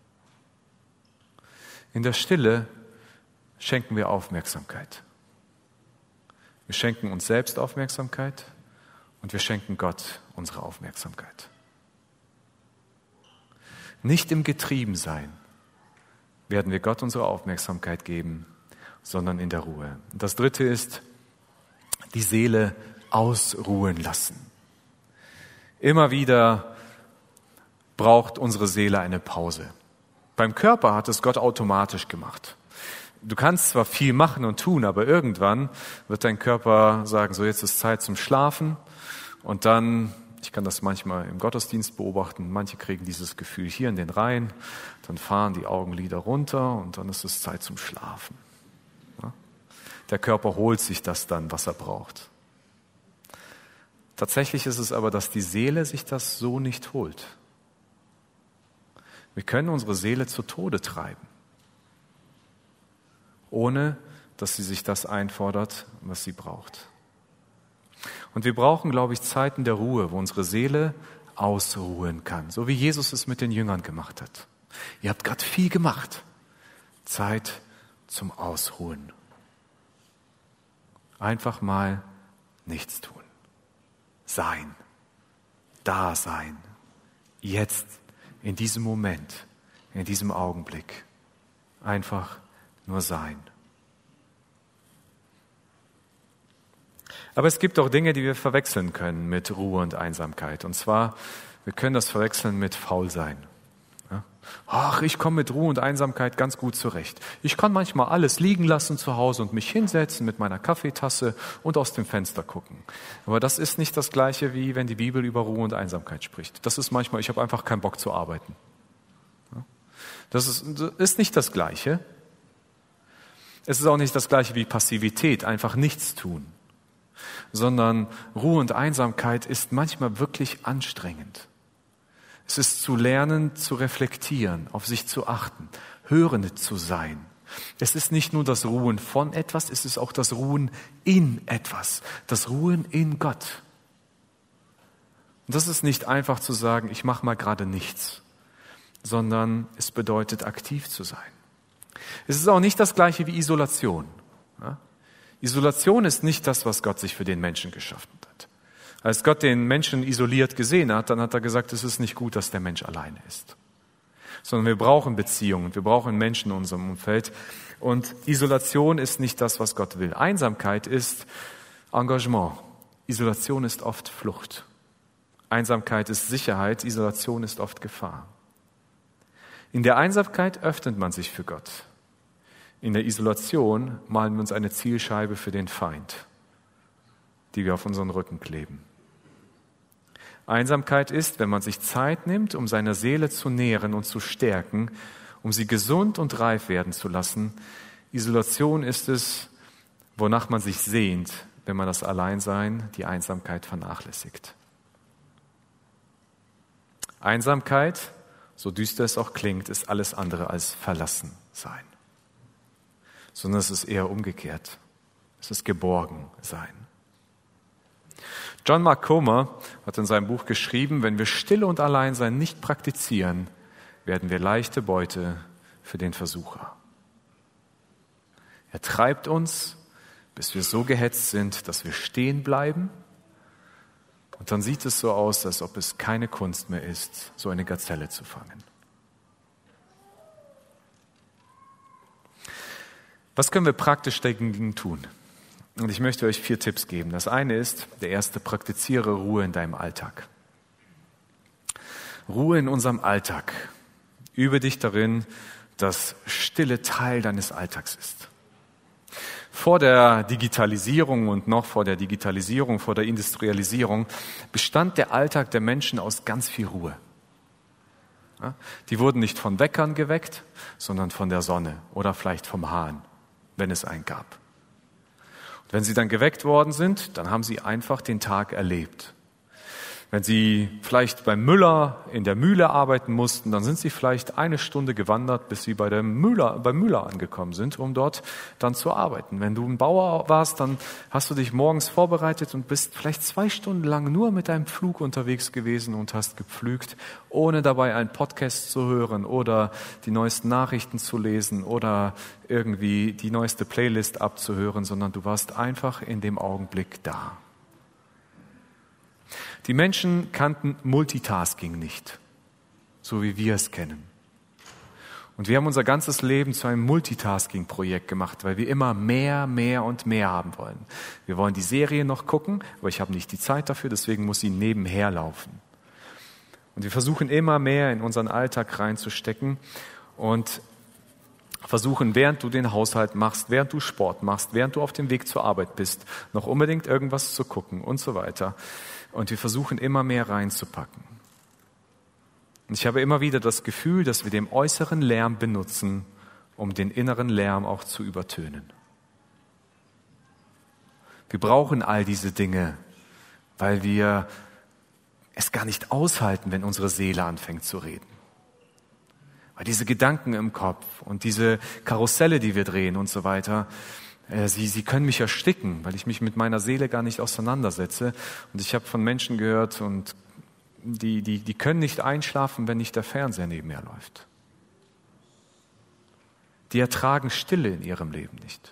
In der Stille schenken wir Aufmerksamkeit. Wir schenken uns selbst Aufmerksamkeit und wir schenken Gott unsere Aufmerksamkeit. Nicht im Getriebensein werden wir Gott unsere Aufmerksamkeit geben, sondern in der Ruhe. Und das Dritte ist, die Seele ausruhen lassen. Immer wieder braucht unsere Seele eine Pause. Beim Körper hat es Gott automatisch gemacht. Du kannst zwar viel machen und tun, aber irgendwann wird dein Körper sagen, so jetzt ist Zeit zum Schlafen. Und dann, ich kann das manchmal im Gottesdienst beobachten, manche kriegen dieses Gefühl hier in den Reihen, dann fahren die Augenlider runter und dann ist es Zeit zum Schlafen. Der Körper holt sich das dann, was er braucht. Tatsächlich ist es aber, dass die Seele sich das so nicht holt. Wir können unsere Seele zu Tode treiben, ohne dass sie sich das einfordert, was sie braucht. Und wir brauchen, glaube ich, Zeiten der Ruhe, wo unsere Seele ausruhen kann, so wie Jesus es mit den Jüngern gemacht hat. Ihr habt gerade viel gemacht. Zeit zum Ausruhen. Einfach mal nichts tun. Sein. Da sein. Jetzt, in diesem Moment, in diesem Augenblick. Einfach nur sein. Aber es gibt auch Dinge, die wir verwechseln können mit Ruhe und Einsamkeit. Und zwar, wir können das verwechseln mit Faulsein. Ach, ich komme mit Ruhe und Einsamkeit ganz gut zurecht. Ich kann manchmal alles liegen lassen zu Hause und mich hinsetzen mit meiner Kaffeetasse und aus dem Fenster gucken. Aber das ist nicht das Gleiche, wie wenn die Bibel über Ruhe und Einsamkeit spricht. Das ist manchmal, ich habe einfach keinen Bock zu arbeiten. Das ist nicht das Gleiche. Es ist auch nicht das Gleiche wie Passivität, einfach nichts tun. Sondern Ruhe und Einsamkeit ist manchmal wirklich anstrengend. Es ist zu lernen, zu reflektieren, auf sich zu achten, hörend zu sein. Es ist nicht nur das Ruhen von etwas, es ist auch das Ruhen in etwas, das Ruhen in Gott. Und das ist nicht einfach zu sagen, ich mache mal gerade nichts. sondern es bedeutet, aktiv zu sein. Es ist auch nicht das Gleiche wie Isolation. Ja? Isolation ist nicht das, was Gott sich für den Menschen geschaffen hat. Als Gott den Menschen isoliert gesehen hat, dann hat er gesagt, es ist nicht gut, dass der Mensch alleine ist. Sondern wir brauchen Beziehungen, wir brauchen Menschen in unserem Umfeld. Und Isolation ist nicht das, was Gott will. Einsamkeit ist Engagement. Isolation ist oft Flucht. Einsamkeit ist Sicherheit, Isolation ist oft Gefahr. In der Einsamkeit öffnet man sich für Gott. In der Isolation malen wir uns eine Zielscheibe für den Feind, die wir auf unseren Rücken kleben. Einsamkeit ist, wenn man sich Zeit nimmt, um seine Seele zu nähren und zu stärken, um sie gesund und reif werden zu lassen. Isolation ist es, wonach man sich sehnt, wenn man das Alleinsein, die Einsamkeit vernachlässigt. Einsamkeit, so düster es auch klingt, ist alles andere als verlassen sein. Sondern es ist eher umgekehrt. Es ist geborgen sein. John Mark Comer hat in seinem Buch geschrieben, wenn wir Stille und Alleinsein nicht praktizieren, werden wir leichte Beute für den Versucher. Er treibt uns, bis wir so gehetzt sind, dass wir stehen bleiben. Und dann sieht es so aus, als ob es keine Kunst mehr ist, so eine Gazelle zu fangen. Was können wir praktisch dagegen tun? Und ich möchte euch 4 Tipps geben. Das eine ist, der erste, praktiziere Ruhe in deinem Alltag. Ruhe in unserem Alltag. Übe dich darin, dass Stille Teil deines Alltags ist. Vor der Digitalisierung und noch vor der Digitalisierung, vor der Industrialisierung, bestand der Alltag der Menschen aus ganz viel Ruhe. Ja, die wurden nicht von Weckern geweckt, sondern von der Sonne oder vielleicht vom Hahn, wenn es einen gab. Und wenn sie dann geweckt worden sind, dann haben sie einfach den Tag erlebt. Wenn sie vielleicht beim Müller in der Mühle arbeiten mussten, dann sind sie vielleicht 1 Stunde gewandert, bis sie beim Müller angekommen sind, um dort dann zu arbeiten. Wenn du ein Bauer warst, dann hast du dich morgens vorbereitet und bist vielleicht 2 Stunden lang nur mit deinem Pflug unterwegs gewesen und hast gepflügt, ohne dabei einen Podcast zu hören oder die neuesten Nachrichten zu lesen oder irgendwie die neueste Playlist abzuhören, sondern du warst einfach in dem Augenblick da. Die Menschen kannten Multitasking nicht, so wie wir es kennen. Und wir haben unser ganzes Leben zu einem Multitasking-Projekt gemacht, weil wir immer mehr und mehr haben wollen. Wir wollen die Serie noch gucken, aber ich habe nicht die Zeit dafür, deswegen muss sie nebenher laufen. Und wir versuchen immer mehr in unseren Alltag reinzustecken und versuchen, während du den Haushalt machst, während du Sport machst, während du auf dem Weg zur Arbeit bist, noch unbedingt irgendwas zu gucken und so weiter. Und wir versuchen immer mehr reinzupacken. Und ich habe immer wieder das Gefühl, dass wir den äußeren Lärm benutzen, um den inneren Lärm auch zu übertönen. Wir brauchen all diese Dinge, weil wir es gar nicht aushalten, wenn unsere Seele anfängt zu reden. Weil diese Gedanken im Kopf und diese Karusselle, die wir drehen und so weiter, sie können mich ersticken, weil ich mich mit meiner Seele gar nicht auseinandersetze. Und ich habe von Menschen gehört, und die können nicht einschlafen, wenn nicht der Fernseher nebenher läuft. Die ertragen Stille in ihrem Leben nicht.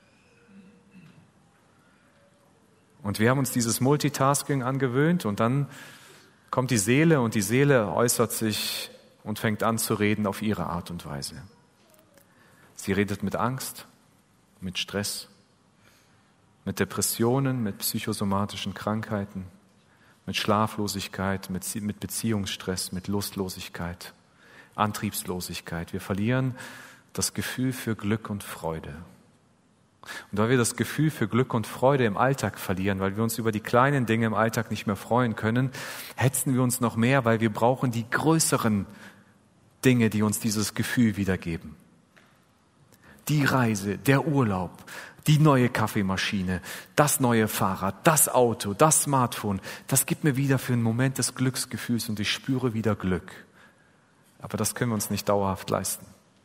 Und wir haben uns dieses Multitasking angewöhnt und dann kommt die Seele und die Seele äußert sich und fängt an zu reden auf ihre Art und Weise. Sie redet mit Angst, mit Stress, mit Depressionen, mit psychosomatischen Krankheiten, mit Schlaflosigkeit, mit Beziehungsstress, mit Lustlosigkeit, Antriebslosigkeit. Wir verlieren das Gefühl für Glück und Freude. Und weil wir das Gefühl für Glück und Freude im Alltag verlieren, weil wir uns über die kleinen Dinge im Alltag nicht mehr freuen können, hetzen wir uns noch mehr, weil wir brauchen die größeren Dinge, die uns dieses Gefühl wiedergeben. Die Reise, der Urlaub, die neue Kaffeemaschine, das neue Fahrrad, das Auto, das Smartphone, das gibt mir wieder für einen Moment des Glücksgefühls und ich spüre wieder Glück. Aber das können wir uns nicht dauerhaft leisten.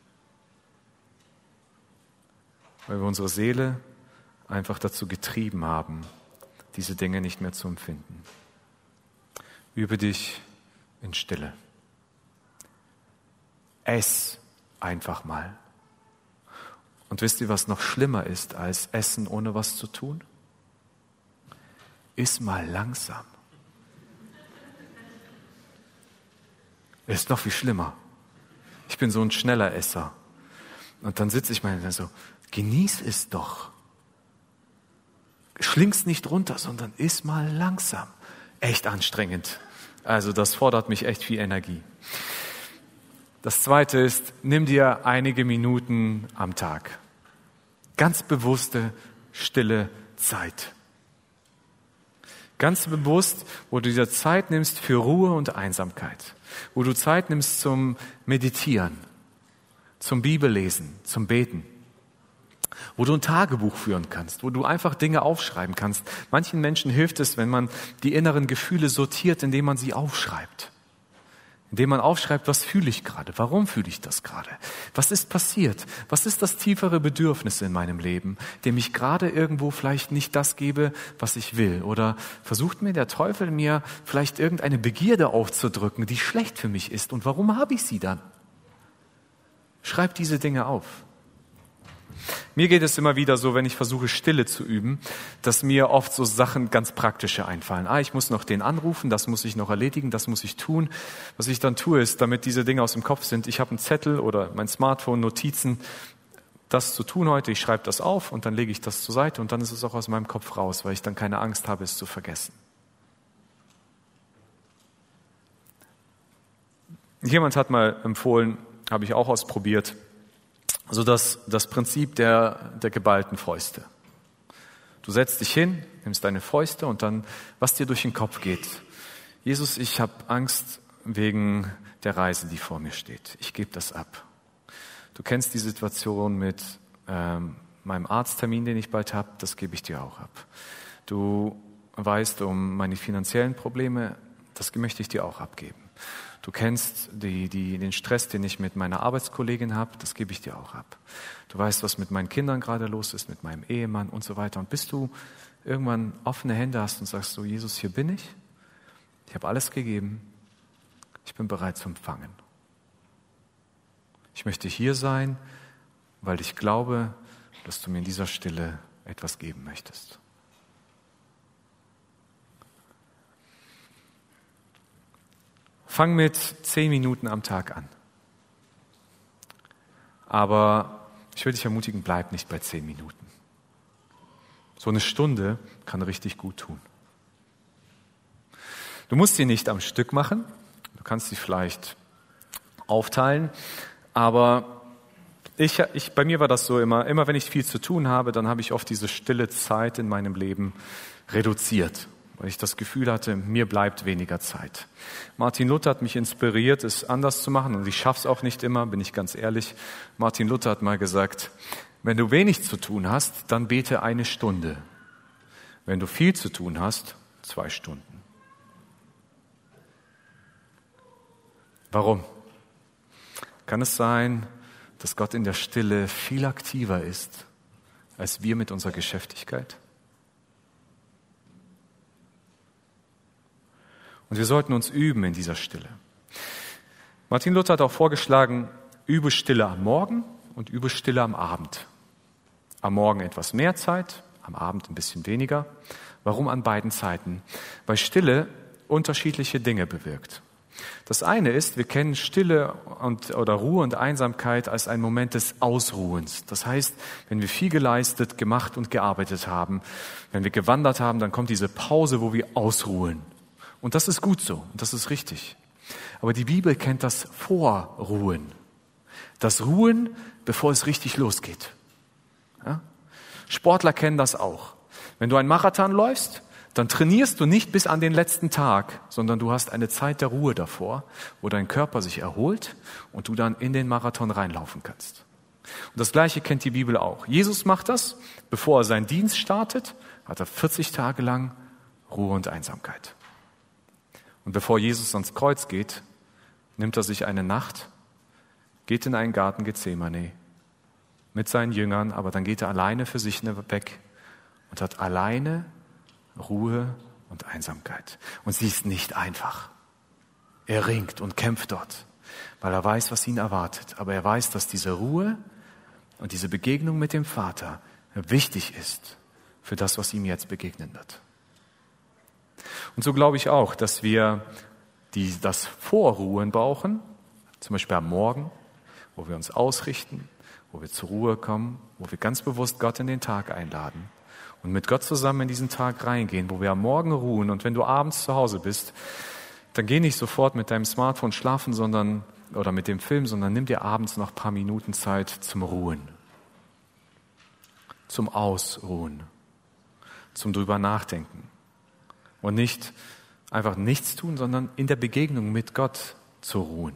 Weil wir unsere Seele einfach dazu getrieben haben, diese Dinge nicht mehr zu empfinden. Übe dich in Stille. ess einfach mal. Und wisst ihr, was noch schlimmer ist als Essen ohne was zu tun? Iss mal langsam. Ist noch viel schlimmer. Ich bin so ein schneller Esser. Und dann sitze ich mal so, genieß es doch. Schling's nicht runter, sondern iss mal langsam. Echt anstrengend. Also das fordert mich echt viel Energie. Das Zweite ist, nimm dir einige Minuten am Tag. Ganz bewusste, stille Zeit. Ganz bewusst, wo du dir Zeit nimmst für Ruhe und Einsamkeit. Wo du Zeit nimmst zum Meditieren, zum Bibellesen, zum Beten. Wo du ein Tagebuch führen kannst, wo du einfach Dinge aufschreiben kannst. Manchen Menschen hilft es, wenn man die inneren Gefühle sortiert, indem man sie aufschreibt. Indem man aufschreibt, was fühle ich gerade? Warum fühle ich das gerade? Was ist passiert? Was ist das tiefere Bedürfnis in meinem Leben, dem ich gerade irgendwo vielleicht nicht das gebe, was ich will? Oder versucht mir der Teufel mir vielleicht irgendeine Begierde aufzudrücken, die schlecht für mich ist? Und warum habe ich sie dann? Schreib diese Dinge auf. Mir geht es immer wieder so, wenn ich versuche, Stille zu üben, dass mir oft so Sachen ganz praktische einfallen. Ich muss noch den anrufen, das muss ich noch erledigen, das muss ich tun. Was ich dann tue, ist, damit diese Dinge aus dem Kopf sind, ich habe einen Zettel oder mein Smartphone, Notizen, das zu tun heute, ich schreibe das auf und dann lege ich das zur Seite und dann ist es auch aus meinem Kopf raus, weil ich dann keine Angst habe, es zu vergessen. Jemand hat mal empfohlen, habe ich auch ausprobiert, also das Prinzip der geballten Fäuste. Du setzt dich hin, nimmst deine Fäuste und dann, was dir durch den Kopf geht. Jesus, ich habe Angst wegen der Reise, die vor mir steht. Ich gebe das ab. Du kennst die Situation mit meinem Arzttermin, den ich bald habe, das gebe ich dir auch ab. Du weißt um meine finanziellen Probleme, das möchte ich dir auch abgeben. Du kennst den Stress, den ich mit meiner Arbeitskollegin habe, das gebe ich dir auch ab. Du weißt, was mit meinen Kindern gerade los ist, mit meinem Ehemann und so weiter. Und bis du irgendwann offene Hände hast und sagst, so Jesus, hier bin ich habe alles gegeben, ich bin bereit zu empfangen. Ich möchte hier sein, weil ich glaube, dass du mir in dieser Stille etwas geben möchtest. Fang mit 10 Minuten am Tag an. Aber ich würde dich ermutigen, bleib nicht bei 10 Minuten. So eine Stunde kann richtig gut tun. Du musst sie nicht am Stück machen. Du kannst sie vielleicht aufteilen. Aber bei mir war das so immer wenn ich viel zu tun habe, dann habe ich oft diese stille Zeit in meinem Leben reduziert. Weil ich das Gefühl hatte, mir bleibt weniger Zeit. Martin Luther hat mich inspiriert, es anders zu machen und ich schaffe es auch nicht immer, bin ich ganz ehrlich. Martin Luther hat mal gesagt, wenn du wenig zu tun hast, dann bete 1 Stunde. Wenn du viel zu tun hast, 2 Stunden. Warum? Kann es sein, dass Gott in der Stille viel aktiver ist, als wir mit unserer Geschäftigkeit? Und wir sollten uns üben in dieser Stille. Martin Luther hat auch vorgeschlagen, übe Stille am Morgen und übe Stille am Abend. Am Morgen etwas mehr Zeit, am Abend ein bisschen weniger. Warum an beiden Zeiten? Weil Stille unterschiedliche Dinge bewirkt. Das eine ist, wir kennen Stille oder Ruhe und Einsamkeit als einen Moment des Ausruhens. Das heißt, wenn wir viel geleistet, gemacht und gearbeitet haben, wenn wir gewandert haben, dann kommt diese Pause, wo wir ausruhen. Und das ist gut so und das ist richtig. Aber die Bibel kennt das Vorruhen. Das Ruhen, bevor es richtig losgeht. Ja? Sportler kennen das auch. Wenn du einen Marathon läufst, dann trainierst du nicht bis an den letzten Tag, sondern du hast eine Zeit der Ruhe davor, wo dein Körper sich erholt und du dann in den Marathon reinlaufen kannst. Und das Gleiche kennt die Bibel auch. Jesus macht das, bevor er seinen Dienst startet, hat er 40 Tage lang Ruhe und Einsamkeit. Und bevor Jesus ans Kreuz geht, nimmt er sich eine Nacht, geht in einen Garten Gethsemane mit seinen Jüngern, aber dann geht er alleine für sich weg und hat alleine Ruhe und Einsamkeit. Und sie ist nicht einfach. Er ringt und kämpft dort. weil er weiß, was ihn erwartet. Aber er weiß, dass diese Ruhe und diese Begegnung mit dem Vater wichtig ist für das, was ihm jetzt begegnen wird. Und so glaube ich auch, dass wir das Vorruhen brauchen, zum Beispiel am Morgen, wo wir uns ausrichten, wo wir zur Ruhe kommen, wo wir ganz bewusst Gott in den Tag einladen und mit Gott zusammen in diesen Tag reingehen, wo wir am Morgen ruhen. Und wenn du abends zu Hause bist, dann geh nicht sofort mit deinem Smartphone schlafen, oder mit dem Film, sondern nimm dir abends noch ein paar Minuten Zeit zum Ruhen, zum Ausruhen, zum drüber nachdenken und nicht einfach nichts tun, sondern in der Begegnung mit Gott zu ruhen.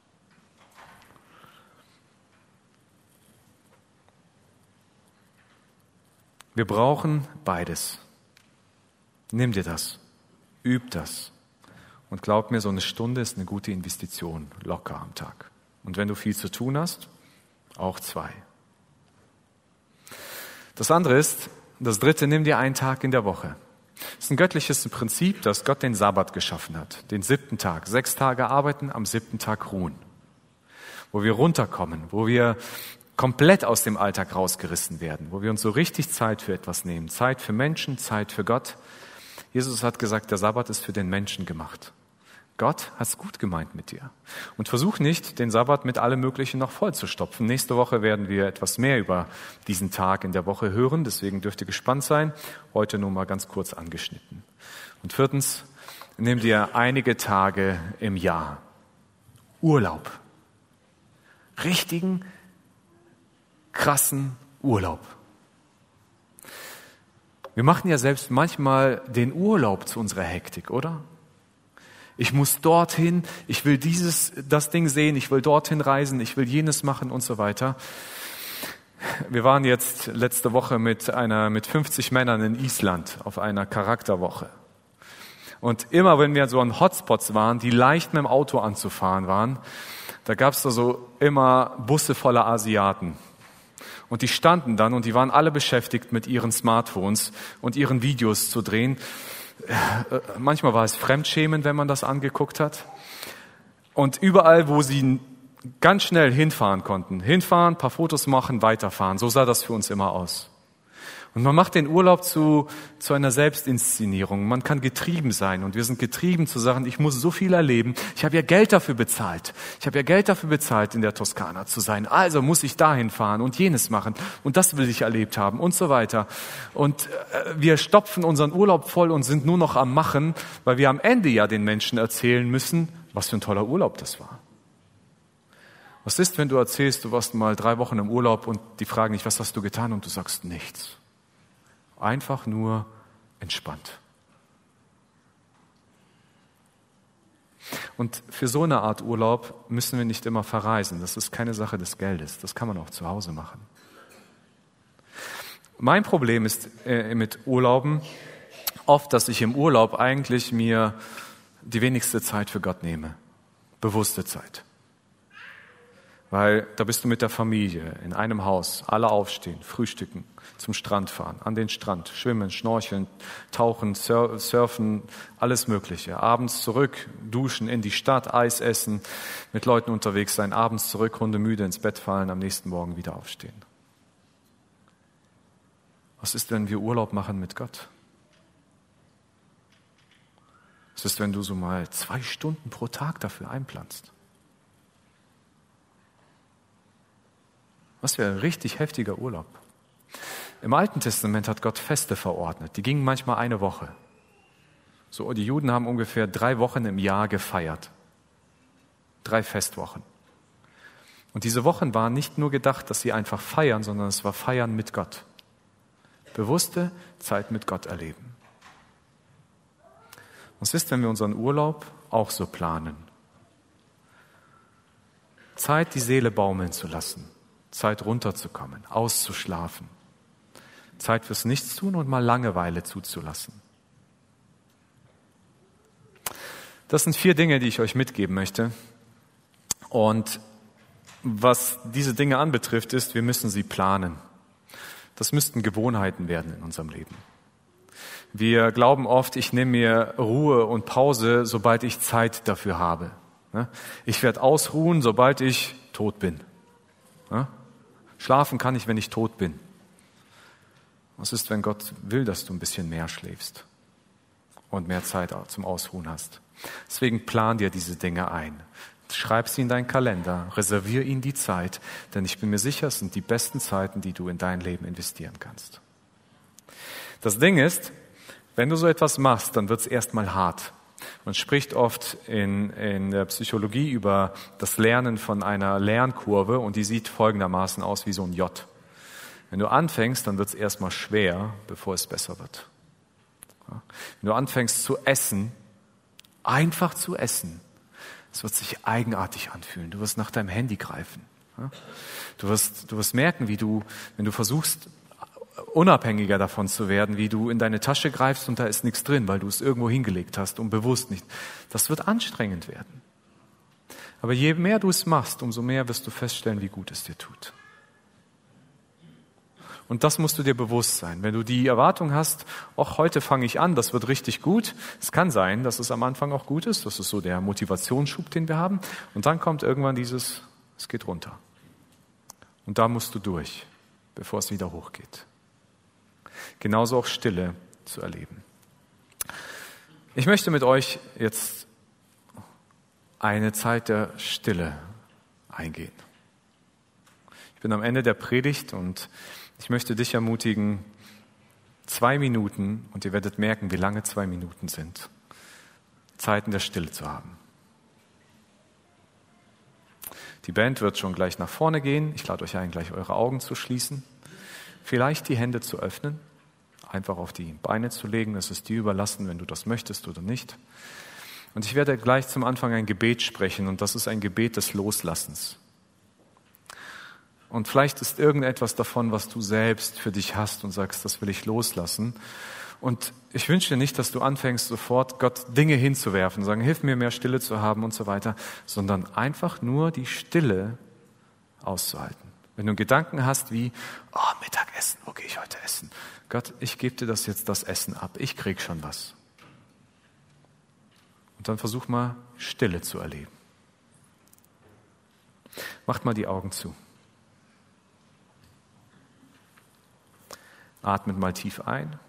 Wir brauchen beides. Nimm dir das, üb das. Und glaub mir, so eine Stunde ist eine gute Investition, locker am Tag. Und wenn du viel zu tun hast, auch 2. Das andere ist, das dritte, nimm dir einen Tag in der Woche. Das ist ein göttliches Prinzip, dass Gott den Sabbat geschaffen hat, den 7. Tag. 6 Tage arbeiten, am 7. Tag ruhen. Wo wir runterkommen, wo wir komplett aus dem Alltag rausgerissen werden, wo wir uns so richtig Zeit für etwas nehmen. Zeit für Menschen, Zeit für Gott. Jesus hat gesagt, der Sabbat ist für den Menschen gemacht. Gott hat es gut gemeint mit dir. Und versuch nicht, den Sabbat mit allem Möglichen noch vollzustopfen. Nächste Woche werden wir etwas mehr über diesen Tag in der Woche hören, deswegen dürft ihr gespannt sein. Heute nur mal ganz kurz angeschnitten. Und 4, nimm dir einige Tage im Jahr Urlaub. Richtigen, krassen Urlaub. Wir machen ja selbst manchmal den Urlaub zu unserer Hektik, oder? Ich muss dorthin, ich will das Ding sehen, ich will dorthin reisen, ich will jenes machen und so weiter. Wir waren jetzt letzte Woche mit 50 Männern in Island auf einer Charakterwoche. Und immer, wenn wir so an Hotspots waren, die leicht mit dem Auto anzufahren waren, da gab es da so immer Busse voller Asiaten. Und die standen dann und die waren alle beschäftigt mit ihren Smartphones und ihren Videos zu drehen. Manchmal war es Fremdschämen, wenn man das angeguckt hat. Und überall, wo sie ganz schnell hinfahren konnten, hinfahren, ein paar Fotos machen, weiterfahren. So sah das für uns immer aus. Und man macht den Urlaub zu einer Selbstinszenierung. Man kann getrieben sein und wir sind getrieben zu sagen, ich muss so viel erleben. Ich habe ja Geld dafür bezahlt. In der Toskana zu sein. Also muss ich dahin fahren und jenes machen und das will ich erlebt haben und so weiter. Und wir stopfen unseren Urlaub voll und sind nur noch am Machen, weil wir am Ende ja den Menschen erzählen müssen, was für ein toller Urlaub das war. Was ist, wenn du erzählst, du warst mal 3 Wochen im Urlaub und die fragen dich, was hast du getan? Und du sagst nichts. Einfach nur entspannt. Und für so eine Art Urlaub müssen wir nicht immer verreisen. Das ist keine Sache des Geldes. Das kann man auch zu Hause machen. Mein Problem ist mit Urlauben oft, dass ich im Urlaub eigentlich mir die wenigste Zeit für Gott nehme. Bewusste Zeit. Weil da bist du mit der Familie in einem Haus, alle aufstehen, frühstücken, zum Strand fahren, an den Strand, schwimmen, schnorcheln, tauchen, surfen, alles Mögliche. Abends zurück, duschen, in die Stadt, Eis essen, mit Leuten unterwegs sein, abends zurück, hundemüde ins Bett fallen, am nächsten Morgen wieder aufstehen. Was ist, wenn wir Urlaub machen mit Gott? Was ist, wenn du so mal 2 Stunden pro Tag dafür einplanst? Was wäre ein richtig heftiger Urlaub? Im Alten Testament hat Gott Feste verordnet. Die gingen manchmal 1 Woche. So, die Juden haben ungefähr 3 Wochen im Jahr gefeiert. 3 Festwochen. Und diese Wochen waren nicht nur gedacht, dass sie einfach feiern, sondern es war Feiern mit Gott. Bewusste Zeit mit Gott erleben. Was ist, wenn wir unseren Urlaub auch so planen? Zeit, die Seele baumeln zu lassen. Zeit runterzukommen, auszuschlafen. Zeit fürs Nichtstun und mal Langeweile zuzulassen. Das sind 4 Dinge, die ich euch mitgeben möchte. Und was diese Dinge anbetrifft, ist, wir müssen sie planen. Das müssten Gewohnheiten werden in unserem Leben. Wir glauben oft, ich nehme mir Ruhe und Pause, sobald ich Zeit dafür habe. Ich werde ausruhen, sobald ich tot bin. Schlafen kann ich, wenn ich tot bin. Was ist, wenn Gott will, dass du ein bisschen mehr schläfst und mehr Zeit zum Ausruhen hast? Deswegen plan dir diese Dinge ein. Schreib sie in deinen Kalender, reservier ihnen die Zeit, denn ich bin mir sicher, es sind die besten Zeiten, die du in dein Leben investieren kannst. Das Ding ist, wenn du so etwas machst, dann wird es erstmal hart. Man spricht oft in der Psychologie über das Lernen von einer Lernkurve und die sieht folgendermaßen aus wie so ein J. Wenn du anfängst, dann wird es erstmal schwer, bevor es besser wird. Wenn du anfängst zu essen, einfach zu essen, es wird sich eigenartig anfühlen. Du wirst nach deinem Handy greifen. Du wirst merken, wie du, wenn du versuchst, unabhängiger davon zu werden, wie du in deine Tasche greifst und da ist nichts drin, weil du es irgendwo hingelegt hast und bewusst nicht. Das wird anstrengend werden. Aber je mehr du es machst, umso mehr wirst du feststellen, wie gut es dir tut. Und das musst du dir bewusst sein. Wenn du die Erwartung hast, auch heute fange ich an, das wird richtig gut. Es kann sein, dass es am Anfang auch gut ist. Das ist so der Motivationsschub, den wir haben. Und dann kommt irgendwann es geht runter. Und da musst du durch, bevor es wieder hochgeht. Genauso auch Stille zu erleben. Ich möchte mit euch jetzt eine Zeit der Stille eingehen. Ich bin am Ende der Predigt und ich möchte dich ermutigen, 2 Minuten, und ihr werdet merken, wie lange 2 Minuten sind, Zeiten der Stille zu haben. Die Band wird schon gleich nach vorne gehen. Ich lade euch ein, gleich eure Augen zu schließen. Vielleicht die Hände zu öffnen, einfach auf die Beine zu legen. Das ist dir überlassen, wenn du das möchtest oder nicht. Und ich werde gleich zum Anfang ein Gebet sprechen, und das ist ein Gebet des Loslassens. Und vielleicht ist irgendetwas davon, was du selbst für dich hast und sagst, das will ich loslassen. Und ich wünsche dir nicht, dass du anfängst, sofort Gott Dinge hinzuwerfen, sagen, hilf mir, mehr Stille zu haben und so weiter, sondern einfach nur die Stille auszuhalten. Wenn du Gedanken hast wie, Mittagessen, wo gehe ich heute essen? Gott, ich gebe dir das Essen ab, ich krieg schon was. Und dann versuch mal, Stille zu erleben. Macht mal die Augen zu. Atmet mal tief ein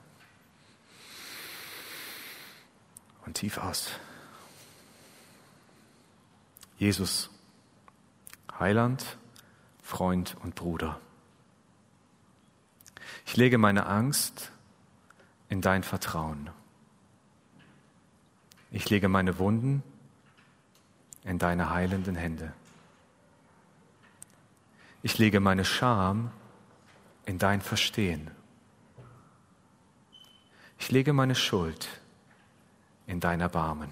und tief aus. Jesus, Heiland, Freund und Bruder. Ich lege meine Angst in dein Vertrauen. Ich lege meine Wunden in deine heilenden Hände. Ich lege meine Scham in dein Verstehen. Ich lege meine Schuld in dein Erbarmen.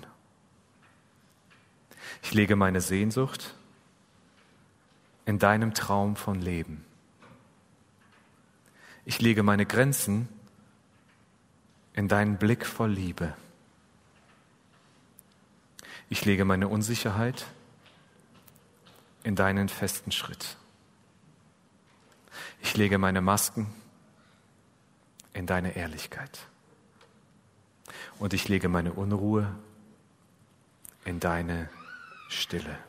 Ich lege meine Sehnsucht in deinem Traum von Leben. Ich lege meine Grenzen in deinen Blick voll Liebe. Ich lege meine Unsicherheit in deinen festen Schritt. Ich lege meine Masken in deine Ehrlichkeit. Und ich lege meine Unruhe in deine Stille.